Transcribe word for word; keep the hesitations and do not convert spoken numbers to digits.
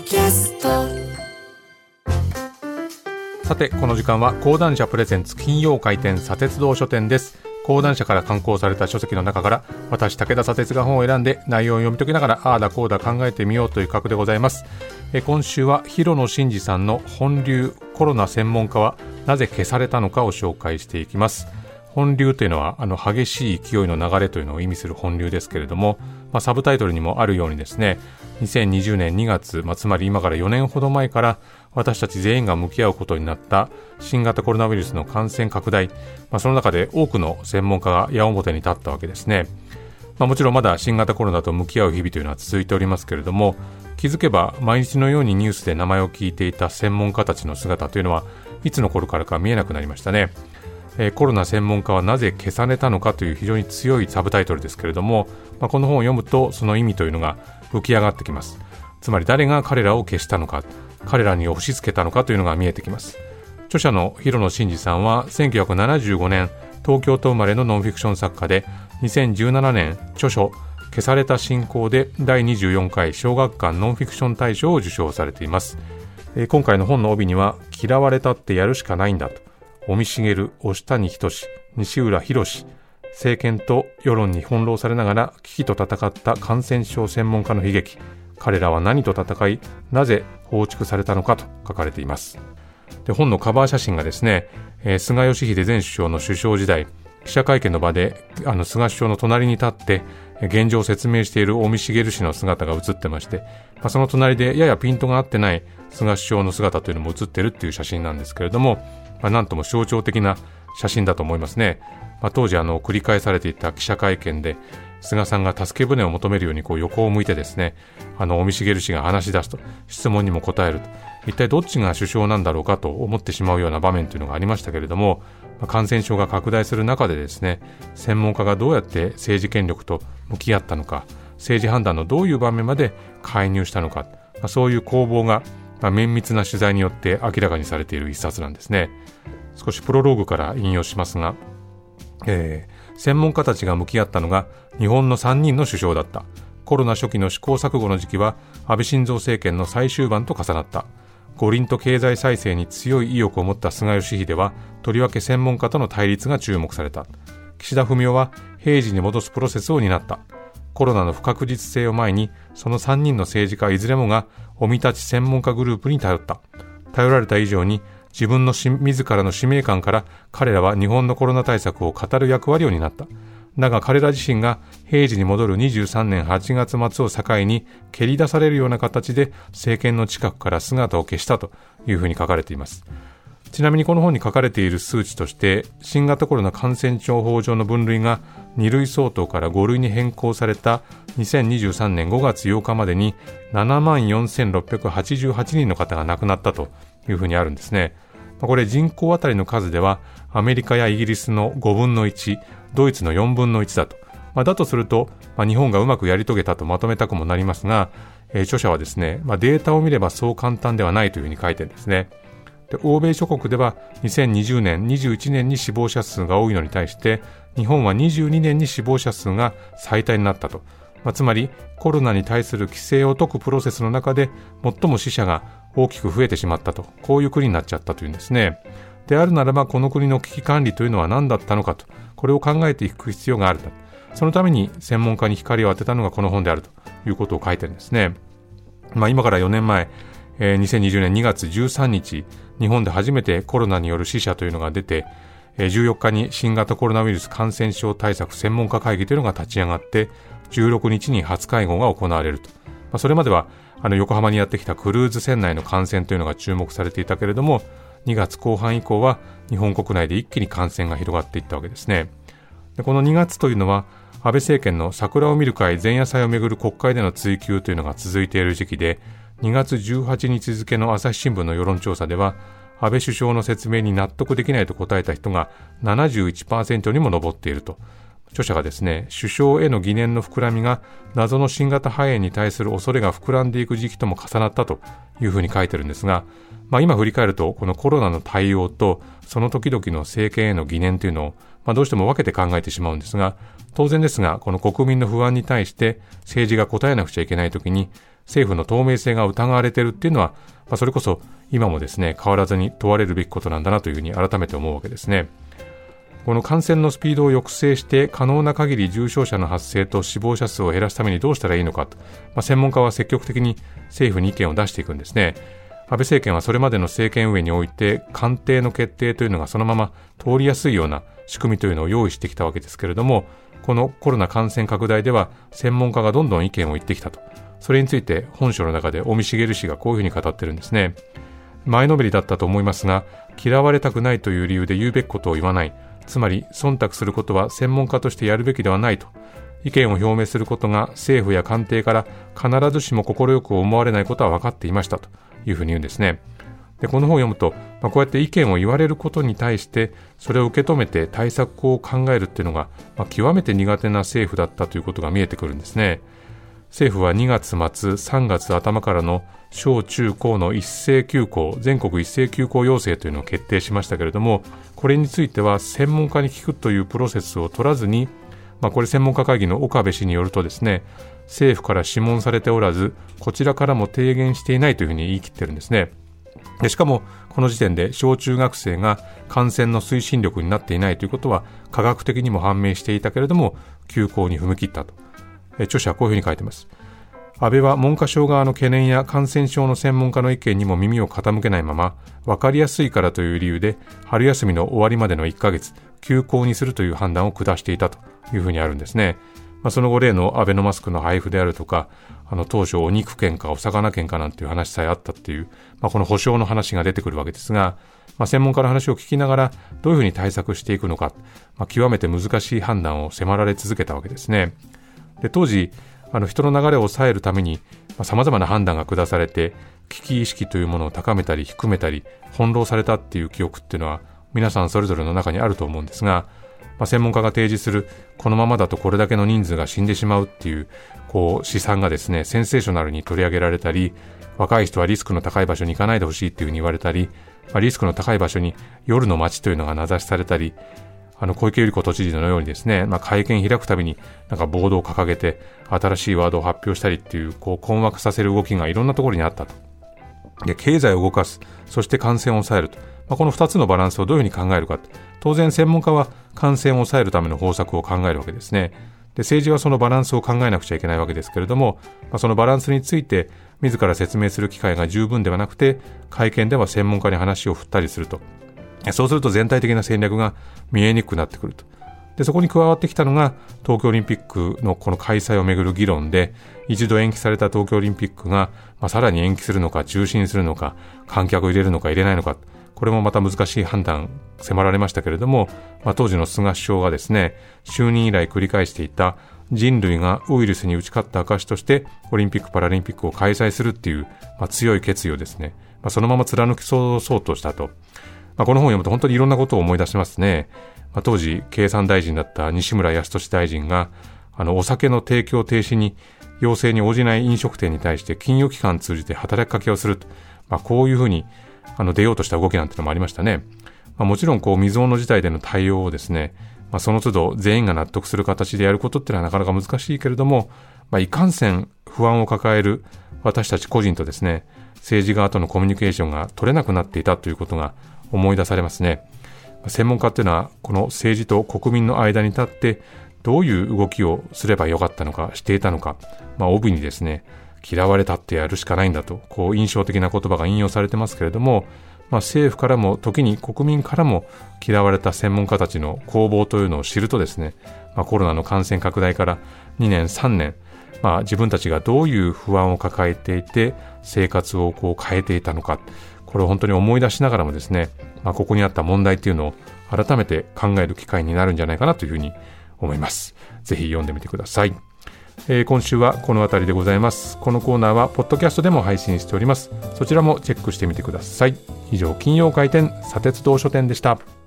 キャスト。 さてこの時間は講談社プレゼンツ金曜回転砂鉄道書店です。講談社から刊行された書籍の中から私武田砂鉄が本を選んで内容を読み解きながらああだこうだ考えてみようという企画でございます。え今週は広野真二さんの本流コロナ専門家はなぜ消されたのかを紹介していきます。本流というのはあの激しい勢いの流れというのを意味する本流ですけれども、まあ、サブタイトルにもあるようにですね、にせんにじゅうねんにがつ、まあ、つまり今からよねんほど前から私たち全員が向き合うことになった新型コロナウイルスの感染拡大、まあ、その中で多くの専門家が矢面に立ったわけですね。まあ、もちろんまだ新型コロナと向き合う日々というのは続いておりますけれども、気づけば毎日のようにニュースで名前を聞いていた専門家たちの姿というのはいつの頃からか見えなくなりましたね。えー、コロナ専門家はなぜ消されたのかという非常に強いサブタイトルですけれども、まあ、この本を読むとその意味というのが浮き上がってきます。つまり誰が彼らを消したのか、彼らに押し付けたのかというのが見えてきます。著者の広野真二さんはせんきゅうひゃくななじゅうごねん東京都生まれのノンフィクション作家で、にせんじゅうななねん著書消された信仰でだいにじゅうよんかい小学館ノンフィクション大賞を受賞されています。えー、今回の本の帯には嫌われたってやるしかないんだと、尾身茂、押谷仁、西浦博、政権と世論に翻弄されながら危機と戦った感染症専門家の悲劇、彼らは何と戦いなぜ放逐されたのかと書かれています。で本のカバー写真がですね、えー、菅義偉前首相の首相時代、記者会見の場であの菅首相の隣に立って現状を説明している尾身茂氏の姿が写ってまして、まあ、その隣でややピントが合ってない菅首相の姿というのも写っているっていう写真なんですけれども、まあ、なんとも象徴的な写真だと思いますね。まあ、当時あの繰り返されていた記者会見で菅さんが助け舟を求めるようにこう横を向いてですね、あの尾身茂氏が話し出すと、質問にも答えると、一体どっちが首相なんだろうかと思ってしまうような場面というのがありましたけれども、まあ、感染症が拡大する中でですね、専門家がどうやって政治権力と向き合ったのか、政治判断のどういう場面まで介入したのか、まあ、そういう攻防がまあ、綿密な取材によって明らかにされている一冊なんですね。少しプロローグから引用しますが、えー、専門家たちが向き合ったのが日本のさんにんの首相だった。コロナ初期の試行錯誤の時期は安倍晋三政権の最終盤と重なった。五輪と経済再生に強い意欲を持った菅義偉はとりわけ専門家との対立が注目された。岸田文雄は平時に戻すプロセスを担った。コロナの不確実性を前にそのさんにんの政治家いずれもが尾身たち専門家グループに頼った。頼られた以上に自分のし自らの使命感から彼らは日本のコロナ対策を語る役割を担った。だが彼ら自身が平時に戻るにじゅうさんねんはちがつ末を境に蹴り出されるような形で政権の近くから姿を消したというふうに書かれています。ちなみにこの本に書かれている数値として新型コロナ感染症法上の分類がに類相当からご類に変更されたにせんにじゅうさんねんごがつようかまでにななまんよんせんろっぴゃくはちじゅうはちにんの方が亡くなったというふうにあるんですね。これ人口あたりの数ではアメリカやイギリスのごぶんのいち、ドイツのよんぶんのいちだと。まあ、だとすると、まあ、日本がうまくやり遂げたとまとめたくもなりますが、えー、著者はですね、まあ、データを見ればそう簡単ではないというふうに書いてるんですね。で欧米諸国ではにせんにじゅうねん、にじゅういちねんに死亡者数が多いのに対して日本はにじゅうにねんに死亡者数が最多になったと。まあ、つまりコロナに対する規制を解くプロセスの中で最も死者が大きく増えてしまったと、こういう国になっちゃったというんですね。であるならばこの国の危機管理というのは何だったのかと、これを考えていく必要があると。そのために専門家に光を当てたのがこの本であるということを書いてるんですね。まあ、今からよねんまえ、えー、にせんにじゅうねんにがつじゅうさんにち日本で初めてコロナによる死者というのが出て、えー、じゅうよっかに新型コロナウイルス感染症対策専門家会議というのが立ち上がってじゅうろくにちに初会合が行われると。まあ、それまではあの横浜にやってきたクルーズ船内の感染というのが注目されていたけれども、にがつこう半以降は日本国内で一気に感染が広がっていったわけですね。でこのにがつというのは安倍政権の桜を見る会前夜祭をめぐる国会での追及というのが続いている時期で、にがつじゅうはちにち付の朝日新聞の世論調査では安倍首相の説明に納得できないと答えた人が ななじゅういちパーセント にも上っていると。著者がですね、首相への疑念の膨らみが謎の新型肺炎に対する恐れが膨らんでいく時期とも重なったというふうに書いてるんですが、まあ、今振り返るとこのコロナの対応とその時々の政権への疑念というのを、まあ、どうしても分けて考えてしまうんですが、当然ですがこの国民の不安に対して政治が答えなくちゃいけない時に政府の透明性が疑われているっていうのは、まあ、それこそ今もですね変わらずに問われるべきことなんだなというふうに改めて思うわけですね。この感染のスピードを抑制して可能な限り重症者の発生と死亡者数を減らすためにどうしたらいいのかと、まあ、専門家は積極的に政府に意見を出していくんですね。安倍政権はそれまでの政権運営において官邸の決定というのがそのまま通りやすいような仕組みというのを用意してきたわけですけれども、このコロナ感染拡大では専門家がどんどん意見を言ってきたと。それについて本書の中で尾身茂氏がこういうふうに語ってるんですね。前のめりだったと思いますが、嫌われたくないという理由で言うべきことを言わない、つまり忖度することは専門家としてやるべきではないと、意見を表明することが政府や官邸から必ずしも快く思われないことは分かっていましたというふうに言うんですね。でこの本を読むと、まあ、こうやって意見を言われることに対してそれを受け止めて対策を考えるっていうのが、まあ、極めて苦手な政府だったということが見えてくるんですね。政府はにがつ末さんがつ頭からの小中高の一斉休校、全国一斉休校要請というのを決定しましたけれども、これについては専門家に聞くというプロセスを取らずに、まあ、これ専門家会議の岡部氏によるとですね、政府から諮問されておらずこちらからも提言していないというふうに言い切ってるんですね。でしかもこの時点で小中学生が感染の推進力になっていないということは科学的にも判明していたけれども休校に踏み切ったと。著者はこういうふうに書いています。安倍は文科省側の懸念や感染症の専門家の意見にも耳を傾けないまま、分かりやすいからという理由で春休みの終わりまでのいっかげつ休校にするという判断を下していたというふうにあるんですね。まあ、その後例のアベノマスクの配布であるとか、あの当初お肉券かお魚券かなんていう話さえあったっていう、まあ、この保証の話が出てくるわけですが、まあ、専門家の話を聞きながらどういうふうに対策していくのか、まあ、極めて難しい判断を迫られ続けたわけですね。で当時あの人の流れを抑えるためにさまざ、まな判断が下されて危機意識というものを高めたり低めたり翻弄されたっていう記憶っていうのは皆さんそれぞれの中にあると思うんですが、まあ、専門家が提示するこのままだとこれだけの人数が死んでしまうっていう、こう試算がですねセンセーショナルに取り上げられたり、若い人はリスクの高い場所に行かないでほしいっていうふうに言われたり、まあ、リスクの高い場所に夜の街というのが名指しされたり、あの小池百合子都知事のようにですね、まあ、会見開くたびになんかボードを掲げて新しいワードを発表したりっていう、こう困惑させる動きがいろんなところにあったと。で経済を動かす、そして感染を抑えると、まあ、このふたつのバランスをどういうふうに考えるか。当然専門家は感染を抑えるための方策を考えるわけですね。で政治はそのバランスを考えなくちゃいけないわけですけれども、まあ、そのバランスについて自ら説明する機会が十分ではなくて、会見では専門家に話を振ったりすると。そうすると全体的な戦略が見えにくくなってくると。でそこに加わってきたのが東京オリンピックのこの開催をめぐる議論で、一度延期された東京オリンピックが、まあ、さらに延期するのか中止にするのか、観客を入れるのか入れないのか、これもまた難しい判断迫られましたけれども、まあ、当時の菅首相がですね、就任以来繰り返していた人類がウイルスに打ち勝った証としてオリンピック・パラリンピックを開催するっていう、まあ、強い決意をですね、まあ、そのまま貫き通そうとしたと。まあ、この本を読むと本当にいろんなことを思い出しますね。まあ、当時経産大臣だった西村康稔大臣があのお酒の提供停止に要請に応じない飲食店に対して金融機関を通じて働きかけをすると、まあ、こういうふうにあの出ようとした動きなんてのもありましたね。まあ、もちろんこう未曾有の事態での対応をですね、まあ、その都度全員が納得する形でやることってのはなかなか難しいけれども、まあ、いかんせん不安を抱える私たち個人とですね、政治側とのコミュニケーションが取れなくなっていたということが思い出されますね。専門家っていうのはこの政治と国民の間に立ってどういう動きをすればよかったのかしていたのか、まあ、帯にですね、嫌われたってやるしかないんだと、こう印象的な言葉が引用されてますけれども、まあ、政府からも時に国民からも嫌われた専門家たちの攻防というのを知るとですね、まあ、コロナの感染拡大からにねんさんねん、まあ、自分たちがどういう不安を抱えていて生活をこう変えていたのか、これを本当に思い出しながらもですね、まあ、ここにあった問題っていうのを改めて考える機会になるんじゃないかなというふうに思います。ぜひ読んでみてください。えー、今週はこのあたりでございます。このコーナーはポッドキャストでも配信しております。そちらもチェックしてみてください。以上、金曜回転砂鉄道書店でした。